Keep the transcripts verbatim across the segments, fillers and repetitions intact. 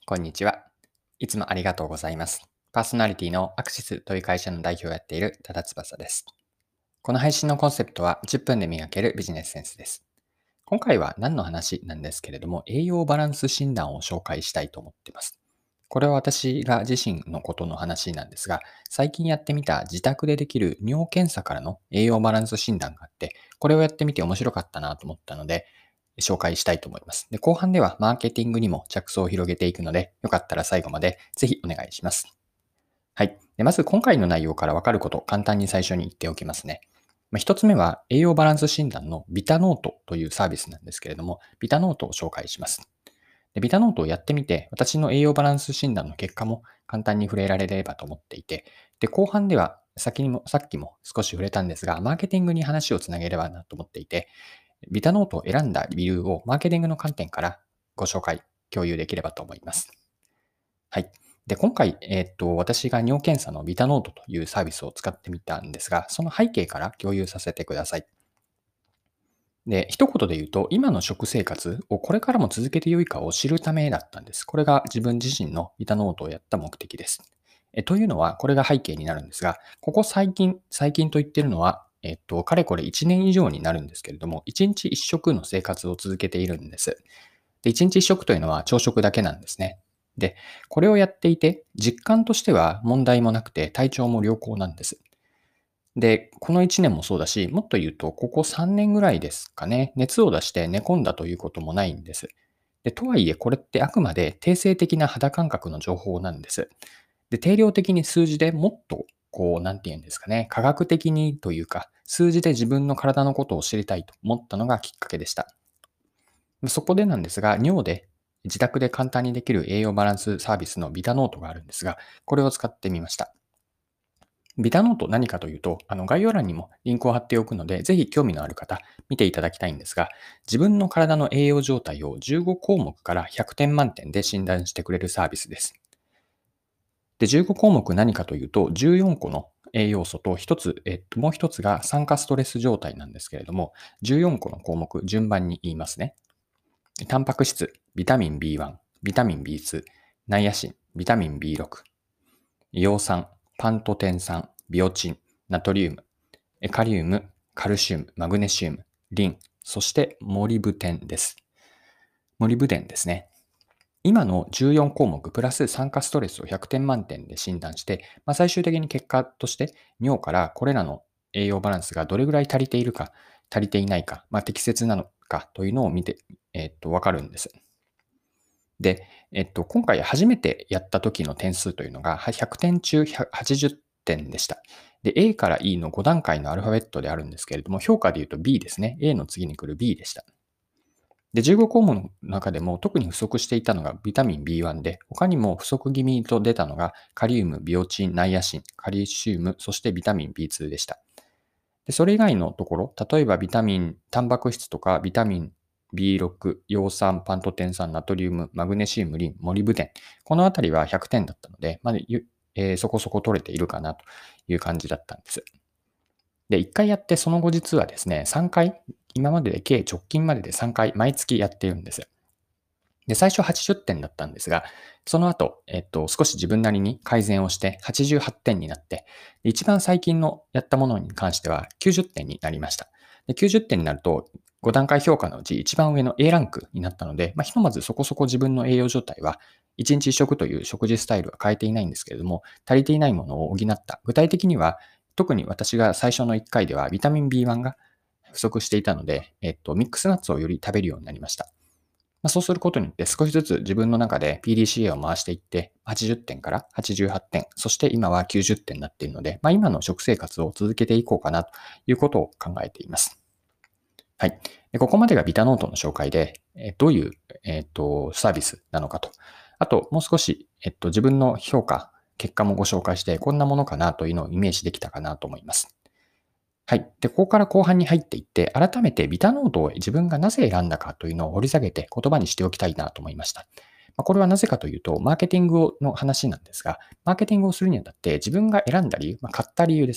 こんにちは。いつもありがとうございます。パーソナリティのアクシスという会社の代表をやっている多田翼です。この配信のコンセプトはじゅっぷんで磨けるビジネスセンスです。今回は何の話なんですけれども、栄養バランス診断を紹介したいと思っています。これは私が自身のことの話なんですが、最近やってみた自宅でできる尿検査からの栄養バランス診断があって、これをやってみて面白かったなと思ったので、紹介したいと思います。で、後半ではマーケティングにも着想を広げていくので、よかったら最後までぜひお願いします。はい。でまず今回の内容からわかること、簡単に最初に言っておきますね。まあ、一つ目は栄養バランス診断のビタノートというサービスなんですけれども、ビタノートを紹介します。でビタノートをやってみて、私の栄養バランス診断の結果も簡単に触れられればと思っていて、で、後半では先にも、さっきも少し触れたんですが、マーケティングに話をつなげればなと思っていて、ビタノートを選んだ理由をマーケティングの観点からご紹介、共有できればと思います。はい。で、今回、えーっと、私が尿検査のビタノートというサービスを使ってみたんですが、その背景から共有させてください。で、一言で言うと、今の食生活をこれからも続けて良いかを知るためだったんです。これが自分自身のビタノートをやった目的です。えというのは、これが背景になるんですが、ここ最近、最近と言ってるのは、えっと、かれこれいちねん以上になるんですけれども、いちにちいっ食の生活を続けているんです。で、いちにちいっ食というのは朝食だけなんですね。で、これをやっていて、実感としては問題もなくて体調も良好なんです。で、このいちねんもそうだし、もっと言うと、ここさんねんぐらいですかね、熱を出して寝込んだということもないんです。で、とはいえ、これってあくまで定性的な肌感覚の情報なんです。で、定量的に数字でもっと、こう、なんて言うんですかね、科学的にというか、数字で自分の体のことを知りたいと思ったのがきっかけでした。そこでなんですが、尿で自宅で簡単にできる栄養バランスサービスのビタノートがあるんですが、これを使ってみました。ビタノート何かというと、あの概要欄にもリンクを貼っておくので、ぜひ興味のある方、見ていただきたいんですが、自分の体の栄養状態をじゅうご項目からひゃくてん満点で診断してくれるサービスです。で、じゅうご項目何かというと、じゅうよんこの栄養素と一つ、えっと、もう一つが酸化ストレス状態なんですけれども、じゅうよんこの項目、順番に言いますね。タンパク質、ビタミン ビーワン、ビタミン ビーツー、ナイアシン、ビタミン ビーシックス、葉酸、パントテン酸、ビオチン、ナトリウム、カリウム、カルシウム、マグネシウム、リン、そしてモリブテンです。モリブデンですね。今のじゅうよん項目プラス酸化ストレスをひゃくてん満点で診断して、まあ、最終的に結果として尿からこれらの栄養バランスがどれぐらい足りているか、足りていないか、まあ、適切なのかというのを見て、えっと、わかるんです。で、えっと、今回初めてやった時の点数というのがひゃくてん中はちじゅってんでした。で、A から E のご段階のアルファベットであるんですけれども、評価で言うと B ですね。A の次に来る B でした。で、じゅうご項目の中でも特に不足していたのがビタミン ビーワン で、他にも不足気味と出たのがカリウム、ビオチン、ナイアシン、カリシウム、そしてビタミン ビーツー でした。で、それ以外のところ、例えばビタミン、タンパク質とかビタミン ビーシックス、葉酸、パントテン酸、ナトリウム、マグネシウム、リン、モリブデン。このあたりはひゃくてんだったので、まあえー、そこそこ取れているかなという感じだったんです。で、いっかいやってその後実はですね、さんかい、今までで計直近まででさんかい毎月やっているんです。で、最初はちじゅってんだったんですが、その後、えっと、少し自分なりに改善をしてはちじゅうはってんになって、一番最近のやったものに関してはきゅうじゅってんになりました。で、きゅうじゅってんになると、ご段階評価のうち一番上の A ランクになったので、まあ、ひとまずそこそこ自分の栄養状態はいちにちいっ食という食事スタイルは変えていないんですけれども、足りていないものを補った。具体的には、特に私が最初のいっかいではビタミン ビーワン が不足していたので、えっと、ミックスナッツをより食べるようになりました。まあ、そうすることによって少しずつ自分の中で ピーディーシーエー を回していって、はちじゅってんからはちじゅうはってん、そして今はきゅうじゅってんになっているので、まあ、今の食生活を続けていこうかなということを考えています。はい。でここまでがビタノートの紹介で、えどういう、えっとサービスなのかと。あと、もう少し、えっと、自分の評価、結果もご紹介して、こんなものかなというのをイメージできたかなと思います。はい。で、ここから後半に入っていって、改めてビタノートを自分がなぜ選んだかというのを掘り下げて言葉にしておきたいなと思いました。まあこれはなぜかというと、マーケティングの話なんですが、マーケティングをするにあたって自分が選んだ理由、まあ、買った理由ですね。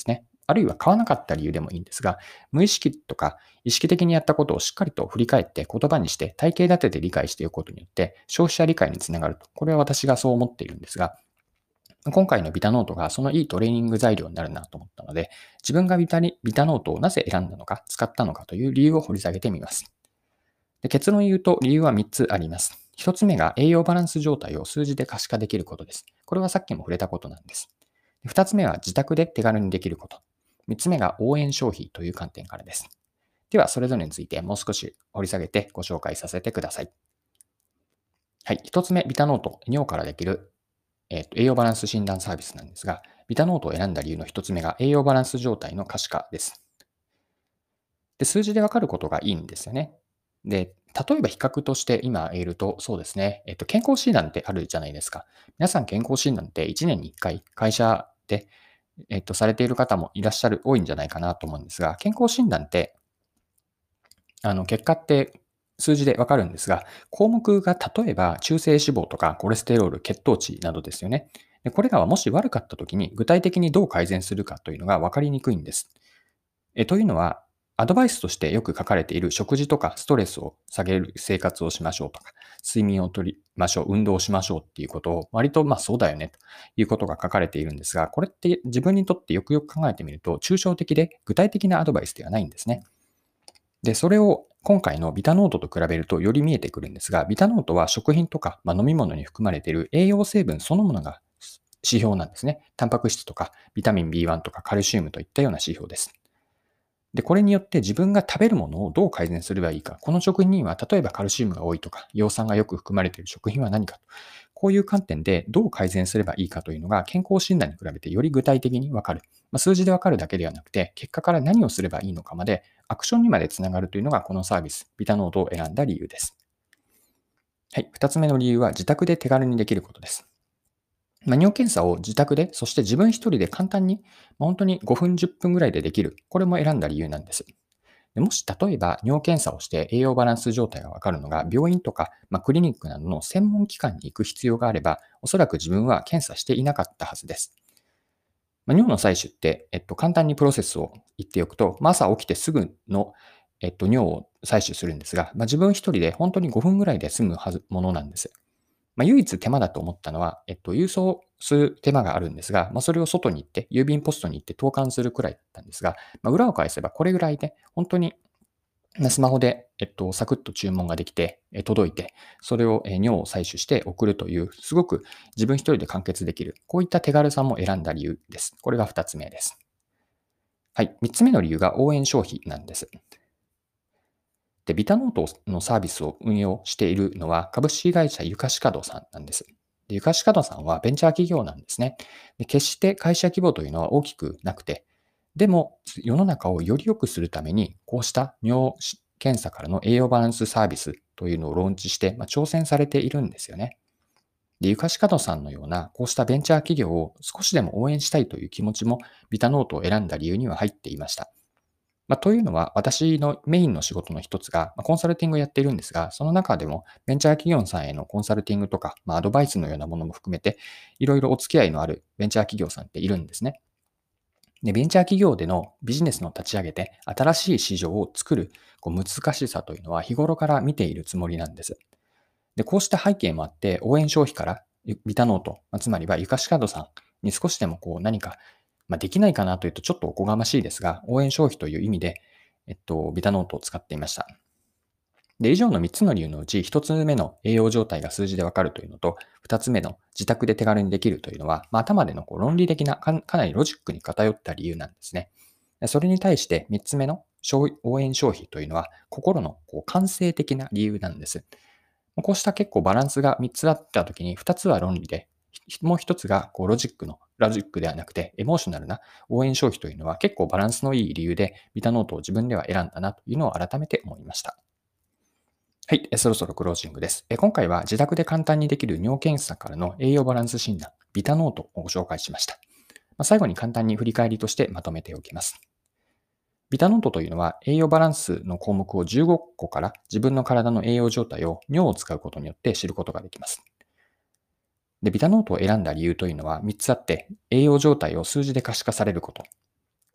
あるいは買わなかった理由でもいいんですが、無意識とか意識的にやったことをしっかりと振り返って言葉にして体系立てて理解していくことによって消費者理解につながると。これは私がそう思っているんですが、今回のビタノートがそのいいトレーニング材料になるなと思ったので、自分がビタにビタノートをなぜ選んだのか、使ったのかという理由を掘り下げてみます。で、結論を言うと理由はみっつあります。ひとつめが栄養バランス状態を数字で可視化できることです。これはさっきも触れたことなんです。ふたつめは自宅で手軽にできること。みっつめが応援消費という観点からです。では、それぞれについてもう少し掘り下げてご紹介させてください。はい。ひとつめ、ビタノート、尿からできる、えーと栄養バランス診断サービスなんですが、ビタノートを選んだ理由のひとつめが栄養バランス状態の可視化です。で、数字でわかることがいいんですよね。で、例えば比較として今言えると、そうですね、えっと、健康診断ってあるじゃないですか。皆さん健康診断っていちねんにいっかい会社で、えっと、されている方もいらっしゃる、多いんじゃないかなと思うんですが、健康診断って、あの、結果って数字でわかるんですが、項目が例えば中性脂肪とかコレステロール、血糖値などですよね。でこれらはもし悪かった時に具体的にどう改善するかというのが分かりにくいんです。えというのは、アドバイスとしてよく書かれている食事とかストレスを下げる生活をしましょうとか、睡眠をとりましょう、運動をしましょうっていうことを割とまあそうだよねということが書かれているんですが、これって自分にとってよくよく考えてみると抽象的で具体的なアドバイスではないんですね。で、それを今回のビタノートと比べるとより見えてくるんですが、ビタノートは食品とか、まあ、飲み物に含まれている栄養成分そのものが指標なんですね。タンパク質とかビタミン ビーワン とかカルシウムといったような指標です。で、これによって自分が食べるものをどう改善すればいいか。この食品には例えばカルシウムが多いとか、葉酸がよく含まれている食品は何かと。こういう観点でどう改善すればいいかというのが健康診断に比べてより具体的にわかる。まあ、数字でわかるだけではなくて、結果から何をすればいいのかまでアクションにまでつながるというのがこのサービス、ビタノートを選んだ理由です。はい。二つ目の理由は自宅で手軽にできることです。まあ、尿検査を自宅で、そして自分一人で簡単に、まあ本当にごふん、じゅっぷんぐらいでできる。これも選んだ理由なんです。でもし例えば尿検査をして栄養バランス状態がわかるのが病院とか、まあ、クリニックなどの専門機関に行く必要があれば、おそらく自分は検査していなかったはずです。まあ、尿の採取って、えっと、簡単にプロセスを言っておくと、まあ、朝起きてすぐの、えっと、尿を採取するんですが、まあ、自分一人で本当にごふんぐらいで済むはずものなんです。まあ、唯一手間だと思ったのは、えっと、郵送する手間があるんですが、まあ、それを外に行って、郵便ポストに行って投函するくらいだったんですが、まあ、裏を返せばこれぐらいで、本当にスマホで、えっと、サクッと注文ができて、え届いて、それを、え尿を採取して送るという、すごく自分一人で完結できる、こういった手軽さも選んだ理由です。これが二つ目です。はい。三つ目の理由が応援消費なんです。で、ビタノートのサービスを運用しているのは株式会社ゆかしかどさんなんです。でゆかしかどさんはベンチャー企業なんですね。で決して会社規模というのは大きくなくて、でも世の中をより良くするために、こうした尿検査からの栄養バランスサービスというのをローンチして、まあ、挑戦されているんですよね。で、ゆかしかどさんのようなこうしたベンチャー企業を少しでも応援したいという気持ちもビタノートを選んだ理由には入っていました。まあ、というのは、私のメインの仕事の一つが、まあ、コンサルティングをやっているんですが、その中でもベンチャー企業さんへのコンサルティングとか、まあ、アドバイスのようなものも含めて、いろいろお付き合いのあるベンチャー企業さんっているんですね。で、ベンチャー企業でのビジネスの立ち上げて、新しい市場を作るこう難しさというのは日頃から見ているつもりなんです。で、こうした背景もあって、応援消費からビタノート、まあつまりはゆかしかどさんに少しでもこう何か、まあ、できないかなというとちょっとおこがましいですが、応援消費という意味で、えっと、ビタノートを使っていました。で、以上のみっつの理由のうち、ひとつめの栄養状態が数字でわかるというのと、ふたつめの自宅で手軽にできるというのは、まあ、頭でのこう論理的なか、かなりロジックに偏った理由なんですね。それに対してみっつめの応援消費というのは、心のこう感性的な理由なんです。こうした結構バランスがみっつあったときに、ふたつは論理で、もうひとつがこうロジックの、ロジックではなくて、エモーショナルな応援消費というのは結構バランスのいい理由で、ビタノートを自分では選んだなというのを改めて思いました。はい、そろそろクロージングです。今回は自宅で簡単にできる尿検査からの栄養バランス診断、ビタノートをご紹介しました。最後に簡単に振り返りとしてまとめておきます。ビタノートというのは栄養バランスの項目をじゅうごこから自分の体の栄養状態を尿を使うことによって知ることができます。で、ビタノートを選んだ理由というのはみっつあって、栄養状態を数字で可視化されること。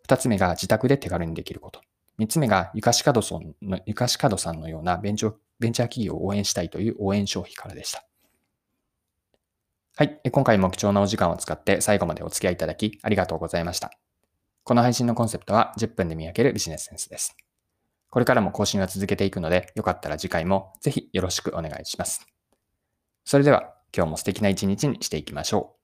ふたつめが自宅で手軽にできること。みっつめがゆかしかどさんのゆかしかどさんのようなベンチャーベンチャー企業を応援したいという応援消費からでした。はい。今回も貴重なお時間を使って最後までお付き合いいただきありがとうございました。この配信のコンセプトはじゅっぷんで磨けるビジネスセンスです。これからも更新は続けていくので、よかったら次回もぜひよろしくお願いします。それでは今日も素敵な一日にしていきましょう。